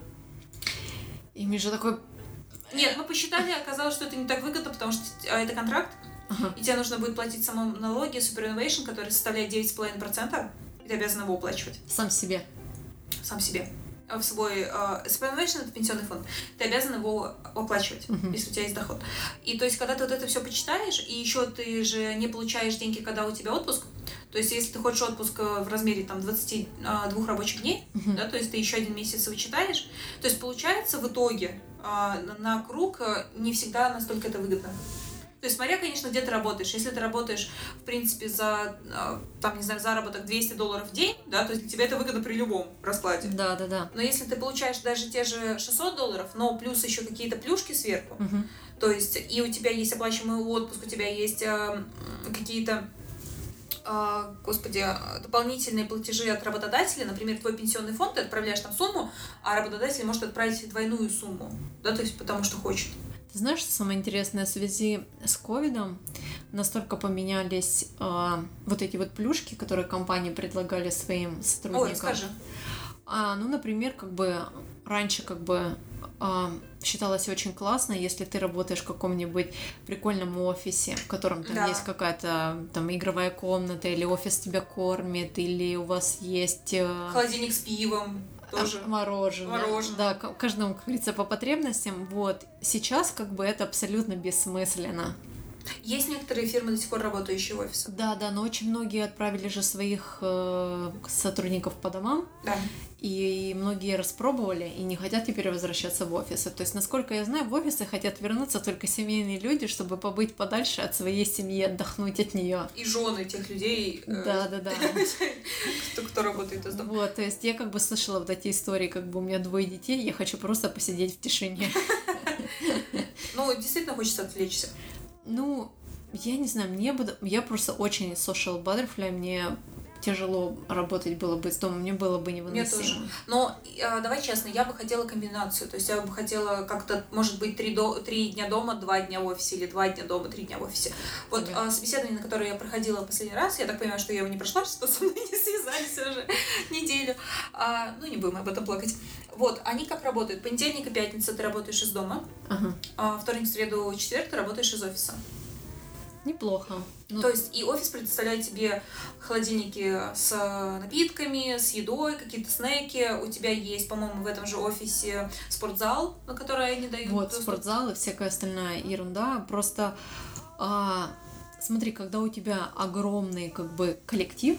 И Миша такой... Нет, мы посчитали, оказалось, что это не так выгодно, потому что это контракт, ага. и тебе нужно будет платить самому налоги, Superannuation, который составляет девять целых пять десятых процента, и ты обязан его уплачивать. Сам себе? Сам себе. В свой... Uh, Superannuation — это пенсионный фонд. Ты обязан его оплачивать, uh-huh. если у тебя есть доход. И то есть, когда ты вот это все почитаешь, и еще ты же не получаешь деньги, когда у тебя отпуск, то есть, если ты хочешь отпуск в размере там, двадцать два рабочих дней, uh-huh. да, то есть ты еще один месяц вычитаешь, то есть, получается, в итоге uh, на круг не всегда настолько это выгодно. То есть, смотря, конечно, где ты работаешь. Если ты работаешь, в принципе, за, там, не знаю, заработок двести долларов в день, да, то есть для тебя это выгодно при любом раскладе. Да, да, да. Но если ты получаешь даже те же шестьсот долларов, но плюс еще какие-то плюшки сверху, угу. то есть и у тебя есть оплачиваемый отпуск, у тебя есть э, какие-то э, господи, дополнительные платежи от работодателя, например, твой пенсионный фонд, ты отправляешь там сумму, а работодатель может отправить двойную сумму, да, то есть потому что хочет. Ты знаешь, что самое интересное, в связи с ковидом настолько поменялись э, вот эти вот плюшки, которые компании предлагали своим сотрудникам. Ой, скажи. А, ну, например, как бы раньше как бы э, считалось очень классно, если ты работаешь в каком-нибудь прикольном офисе, в котором там да. есть какая-то там игровая комната, или офис тебя кормит, или у вас есть... Э... холодильник с пивом. Тоже. Мороженое. Мороженое. Да, каждому, как говорится, по потребностям. Вот. Сейчас как бы это абсолютно бессмысленно. Есть некоторые фирмы до сих пор работающие в офисах. Да, да, но очень многие отправили же своих э, сотрудников по домам. Да. И многие распробовали и не хотят теперь возвращаться в офисы. То есть, насколько я знаю, в офисы хотят вернуться только семейные люди, чтобы побыть подальше от своей семьи, отдохнуть от нее. И жены тех людей, да, да, да. кто, кто работает из дома. Вот, то есть я как бы слышала вот эти истории, как бы у меня двое детей, я хочу просто посидеть в тишине. Ну, действительно хочется отвлечься. Ну, я не знаю, мне бы... Я просто очень social butterfly, мне тяжело работать было бы из дома, мне было бы невыносимо. Мне тоже. Но, э, давай честно, я бы хотела комбинацию. То есть я бы хотела как-то, может быть, три, до... три дня дома, два дня в офисе, или два дня дома, три дня в офисе. Вот э, собеседование, на которое я проходила в последний раз, я так понимаю, что я его не прошла, что со мной не связались уже неделю. А, ну, не будем об этом плакать. Вот, они как работают? Понедельник и пятница ты работаешь из дома, ага. а вторник, среду, четверг ты работаешь из офиса. Неплохо. Ну... То есть и офис предоставляет тебе холодильники с напитками, с едой, какие-то снеки. У тебя есть, по-моему, в этом же офисе спортзал, на который они дают Вот, доступ. Спортзал и всякая остальная ерунда. Просто а, смотри, когда у тебя огромный как бы коллектив,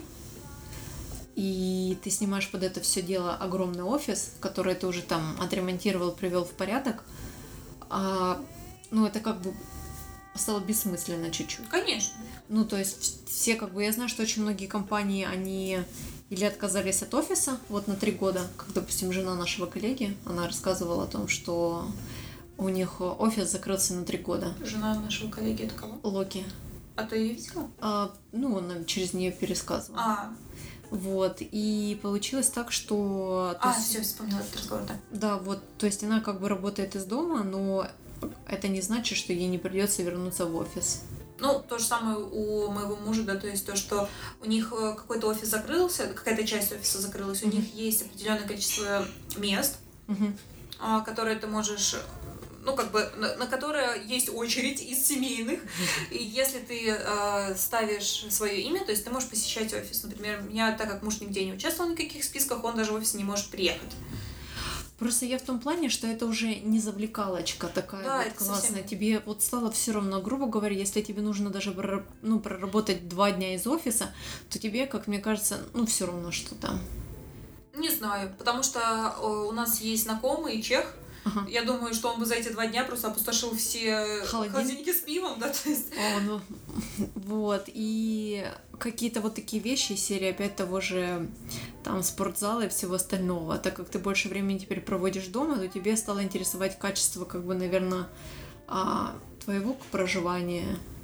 и ты снимаешь под это все дело огромный офис, который ты уже там отремонтировал, привел в порядок, а, ну это как бы стало бессмысленно чуть-чуть. Конечно. Ну, то есть все как бы... Я знаю, что очень многие компании, они или отказались от офиса вот на три года, как, допустим, жена нашего коллеги, она рассказывала о том, что у них офис закрылся на три года. Жена нашего коллеги, это кого? Локи. А ты ее видела? А, ну, он нам через нее пересказывал. А. Вот, и получилось так, что... А, есть, все, вспомнила этот разговор, да. Да, вот, то есть она как бы работает из дома, но это не значит, что ей не придется вернуться в офис. Ну, то же самое у моего мужа, да, то есть то, что у них какой-то офис закрылся, какая-то часть офиса закрылась, mm-hmm. у них есть определенное количество мест, mm-hmm. которые ты можешь... ну, как бы, на, на которое есть очередь из семейных, и если ты э, ставишь свое имя, то есть ты можешь посещать офис. Например, у меня, так как муж нигде не участвовал в никаких списках, он даже в офис не может приехать. Просто я в том плане, что это уже не завлекалочка такая да, вот классная. Совсем... Тебе вот стало все равно, грубо говоря, если тебе нужно даже ну, проработать два дня из офиса, то тебе, как мне кажется, ну все равно что там. Не знаю, потому что у нас есть знакомый чех. Ага. Я думаю, что он бы за эти два дня просто опустошил все Холодильник. холодильники с пивом, да, то есть... О, ну, вот, и какие-то вот такие вещи, серии опять того же там спортзала и всего остального. Так как ты больше времени теперь проводишь дома, то тебе стало интересовать качество, как бы, наверное, твоего проживания.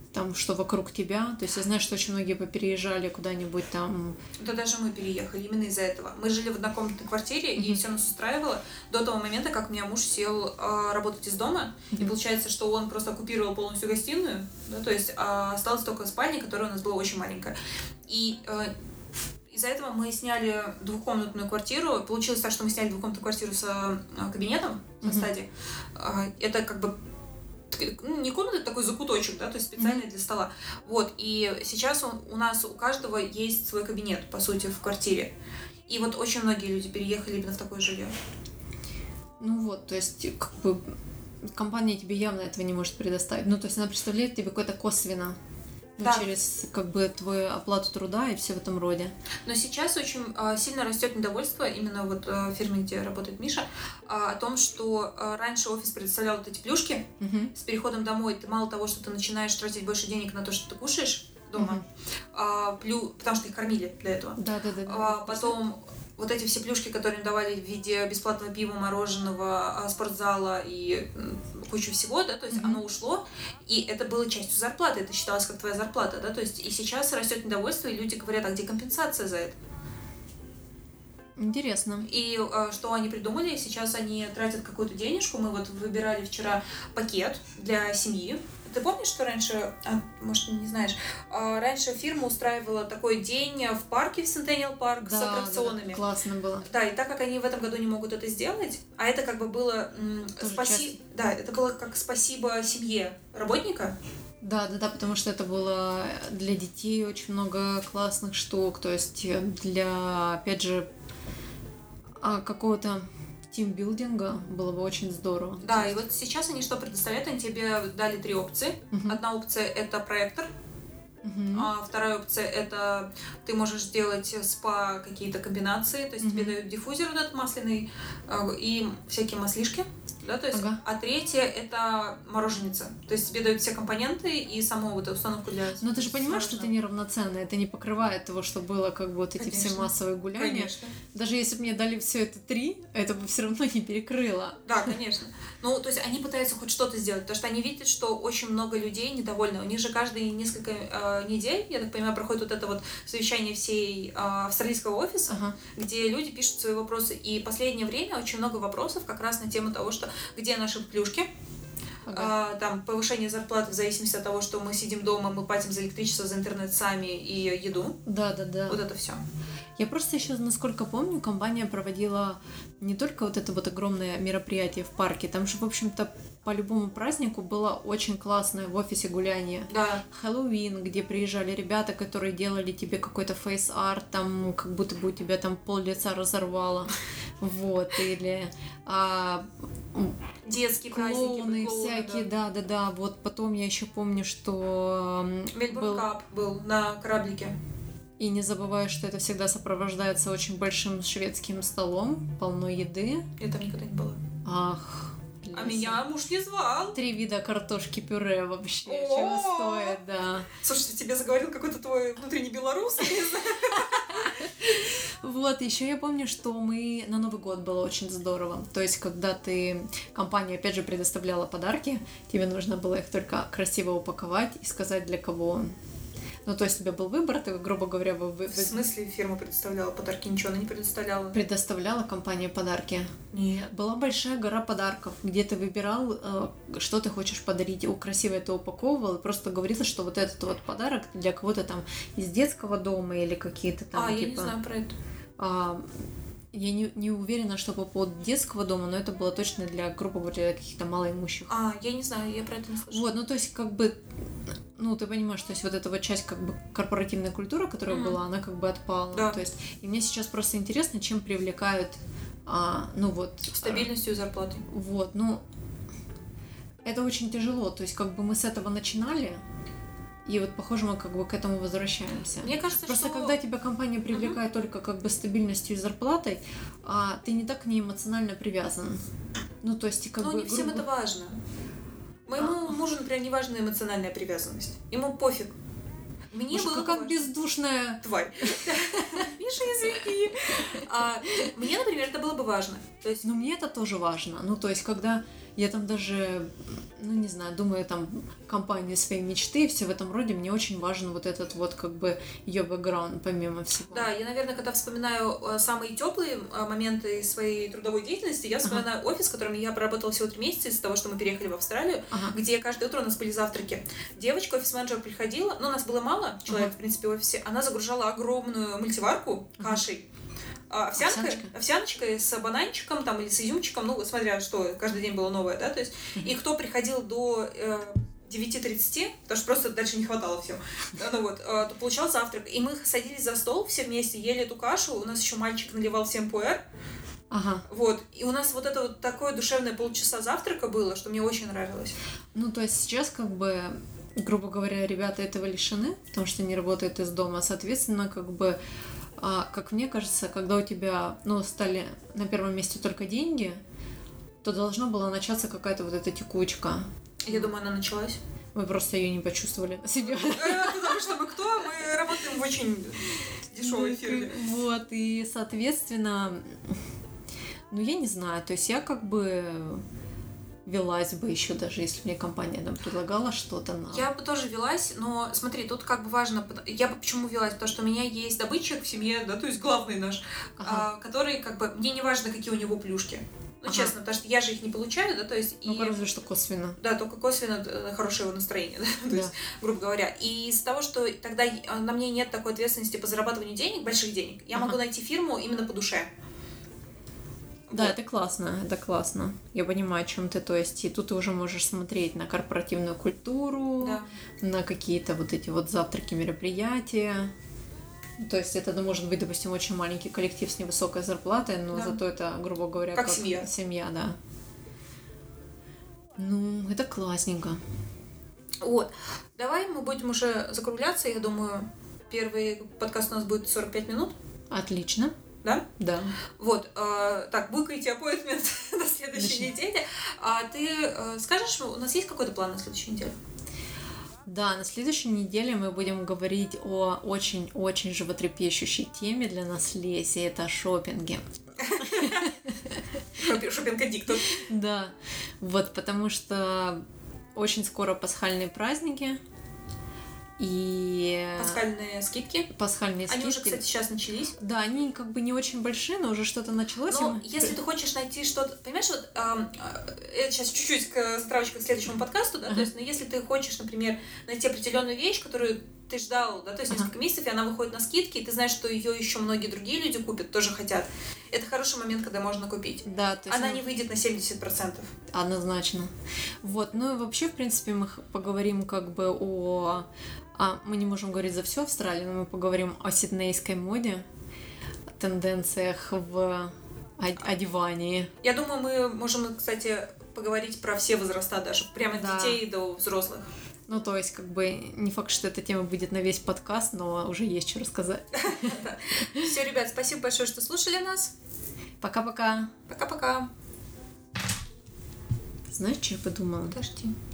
там, что вокруг тебя. То есть я знаю, что очень многие попереезжали куда-нибудь там. Да даже мы переехали именно из-за этого. Мы жили в однокомнатной квартире, mm-hmm. и все нас устраивало до того момента, как у меня муж сел э, работать из дома. Mm-hmm. И получается, что он просто оккупировал полностью гостиную. Да, то есть э, осталась только спальня, которая у нас была очень маленькая. И э, из-за этого мы сняли двухкомнатную квартиру. Получилось так, что мы сняли двухкомнатную квартиру с э, кабинетом на mm-hmm. стадии. Э, это как бы ну, не комната, такой закуточек, да, то есть специальный mm-hmm. для стола. Вот, и сейчас он, у нас у каждого есть свой кабинет, по сути, в квартире. И вот очень многие люди переехали именно в такое жилье. Ну вот, то есть, как бы, компания тебе явно этого не может предоставить. Ну, то есть, она представляет тебе какое-то косвенно. Ну, да. Через как бы твою оплату труда и все в этом роде. Но сейчас очень э, сильно растет недовольство именно вот э, в фирме, где работает Миша, э, о том, что э, раньше офис предоставлял вот эти плюшки. Uh-huh. С переходом домой ты мало того, что ты начинаешь тратить больше денег на то, что ты кушаешь дома, uh-huh. э, плюс, потому что их кормили для этого. Да, да, да. А потом вот эти все плюшки, которые им давали в виде бесплатного пива, мороженого, спортзала и кучу всего, да, то есть mm-hmm. оно ушло, и это было частью зарплаты, это считалось как твоя зарплата, да, то есть и сейчас растет недовольство, и люди говорят, а где компенсация за это? Интересно. И э, что они придумали? Сейчас они тратят какую-то денежку, мы вот выбирали вчера пакет для семьи. Ты помнишь, что раньше, а, может, не знаешь, а, раньше фирма устраивала такой день в парке, в Centennial Park, да, с аттракционами. Да, классно было. Да, и так как они в этом году не могут это сделать, а это как бы было спасибо, да, это было как спасибо семье работника. Да, да, да, потому что это было для детей очень много классных штук, то есть для, опять же, какого-то тимбилдинга было бы очень здорово. Да, и вот сейчас они что предоставляют? Они тебе дали три опции. Uh-huh. Одна опция — это проектор. Uh-huh. А вторая опция — это ты можешь делать спа какие-то комбинации. То есть uh-huh. тебе дают диффузер вот этот масляный и всякие маслишки. Да, то есть, ага. А третье — это мороженица. То есть тебе дают все компоненты и саму вот эту установку для... Но ты же понимаешь, что это неравноценно, это не покрывает того, что было как бы вот эти Конечно. Все массовые гуляния. Конечно. Даже если бы мне дали все это три, это бы все равно не перекрыло. Да, конечно. Ну, то есть они пытаются хоть что-то сделать, потому что они видят, что очень много людей недовольны. У них же каждые несколько э, недель, я так понимаю, проходит вот это вот совещание всей э, австралийского офиса, ага. где люди пишут свои вопросы. И в последнее время очень много вопросов как раз на тему того, что где наши плюшки, ага. а, там повышение зарплаты в зависимости от того, что мы сидим дома, мы платим за электричество, за интернет сами и еду. Да, да, да. Вот это все. Я просто еще, насколько помню, компания проводила не только вот это вот огромное мероприятие в парке, там же, в общем-то, по любому празднику было очень классное в офисе гуляние. Да. Хэллоуин, где приезжали ребята, которые делали тебе какой-то фейс-арт, там, как будто бы у тебя там пол лица разорвало. Вот, или а, детские клоуны всякие, да. да, да, да. Вот потом я еще помню, что Мельбурн Кап был на кораблике. И не забывай, что это всегда сопровождается очень большим шведским столом, полно еды. Я там никогда не была. Ах. Леся. А меня муж не звал. Три вида картошки пюре вообще, чего стоит, да. Слушай, тебе заговорил какой-то твой внутренний белорус, я не знаю. Вот, еще я помню, что мы на Новый год было очень здорово. То есть, когда ты, компания, опять же, предоставляла подарки, тебе нужно было их только красиво упаковать и сказать, для кого. Ну, то есть, у тебя был выбор, ты, грубо говоря, вы... В смысле фирма предоставляла подарки? Ничего она не предоставляла? Предоставляла компания подарки. Нет. Была большая гора подарков, где ты выбирал, что ты хочешь подарить. Красиво это упаковывал и просто говорила, что вот этот вот подарок для кого-то там из детского дома или какие-то там... А, типа, я не знаю про это. А, я не, не уверена, что по поводу детского дома, но это было точно для, грубо говоря, каких-то малоимущих. А, я не знаю, я про это не слышала. Вот, ну то есть как бы, ну ты понимаешь, то есть вот эта вот часть как бы корпоративной культуры, которая mm-hmm. была, она как бы отпала. Да. То есть, и мне сейчас просто интересно, чем привлекают, а, ну вот... Стабильностью зарплаты. Вот, ну, это очень тяжело, то есть как бы мы с этого начинали, и вот, похоже, мы как бы к этому возвращаемся. Мне кажется, Просто что... когда тебя компания привлекает uh-huh. только как бы стабильностью и зарплатой, а ты не так к ней эмоционально привязан. Ну, то есть, как Но бы... не всем грубо... это важно. Моему а... мужу, например, не важна эмоциональная привязанность. Ему пофиг. Мне Может, было как бездушная тварь. Миша, извини. А, мне, например, это было бы важно. То есть... Ну, мне это тоже важно. Ну, то есть, когда я там даже, ну, не знаю, думаю, там, компании своей мечты и все в этом роде, мне очень важен вот этот вот, как бы, ее бэкграунд, помимо всего. Да, я, наверное, когда вспоминаю самые теплые моменты своей трудовой деятельности, я вспоминаю ага. офис, в котором я проработала всего три месяца из-за того, что мы переехали в Австралию, ага. где каждое утро у нас были завтраки. Девочка, офис-менеджер, приходила, ну, у нас было мало человек, ага. в принципе, в офисе, она загружала огромную мультиварку ага. кашей. Овсянка, овсяночка. овсяночка с бананчиком там, или с изюмчиком, ну, смотря что, каждый день было новое, да, то есть, mm-hmm. и кто приходил до э, девяти тридцати, потому что просто дальше не хватало всем, ну вот, э, то получал завтрак, и мы садились за стол все вместе, ели эту кашу, у нас еще мальчик наливал всем пуэр, ага. вот, и у нас вот это вот такое душевное полчаса завтрака было, что мне очень нравилось. Ну, то есть сейчас как бы, грубо говоря, ребята этого лишены, потому что не работают из дома, соответственно, как бы А, как мне кажется, когда у тебя, ну, стали на первом месте только деньги, то должна была начаться какая-то вот эта текучка. Я думаю, она началась. Мы просто ее не почувствовали на себе. Потому что мы кто? Мы работаем в очень дешевой фирме. Вот, и, соответственно, ну, я не знаю, то есть я как бы... велась бы еще, даже если мне компания там предлагала что-то на... Я бы тоже велась, но смотри, тут как бы важно... Я бы почему велась? Потому что у меня есть добытчик в семье, да, то есть главный наш, ага. а, который как бы... Мне не важно, какие у него плюшки. Ну, ага. честно, потому что я же их не получаю, да, то есть... Ну, и... разве что косвенно. Да, только косвенно хорошее его настроение, да, то да. есть, грубо говоря. И из-за того, что тогда на мне нет такой ответственности по зарабатыванию денег, больших денег, я ага. могу найти фирму именно по душе. Да, вот. Это классно, это классно. Я понимаю, о чем ты, то есть, и тут ты уже можешь смотреть на корпоративную культуру, да. на какие-то вот эти вот завтраки, мероприятия. То есть это может быть, допустим, очень маленький коллектив с невысокой зарплатой, но да. зато это, грубо говоря, как, как семья. Семья, да. Ну, это классненько. Вот. Давай мы будем уже закругляться. Я думаю, первый подкаст у нас будет сорок пять минут. Отлично. Да? Да. Вот, э, так, букайте аппоинтмент на следующей Начни. неделе. А ты э, скажешь, у нас есть какой-то план на следующей неделе? Да, на следующей неделе мы будем говорить о очень-очень животрепещущей теме для нас, Леси, это о шопинге. Шопинг-аддикт. Да, вот, потому что очень скоро пасхальные праздники. И... Пасхальные скидки. Пасхальные скидки. Они скидки. уже, кстати, сейчас начались. Да, они как бы не очень большие, но уже что-то началось. Но мы... если ты хочешь найти что-то... Понимаешь, вот э, это сейчас чуть-чуть к затравочке к следующему подкасту, да, uh-huh. то есть, но если ты хочешь, например, найти определенную вещь, которую ты ждал, да, то есть uh-huh. несколько месяцев, и она выходит на скидки, и ты знаешь, что ее еще многие другие люди купят, тоже хотят. Это хороший момент, когда можно купить. Да, то есть она ну... не выйдет на семьдесят процентов. Однозначно. Вот, ну и вообще, в принципе, мы поговорим как бы о... А мы не можем говорить за всю Австралию, но мы поговорим о сиднейской моде, тенденциях в одевании. Я думаю, мы можем, кстати, поговорить про все возраста даже, прямо от да. детей до взрослых. Ну, то есть, как бы, не факт, что эта тема будет на весь подкаст, но уже есть что рассказать. Все, ребят, спасибо большое, что слушали нас. Пока-пока. Пока-пока. Знаешь, что я подумала? Подожди.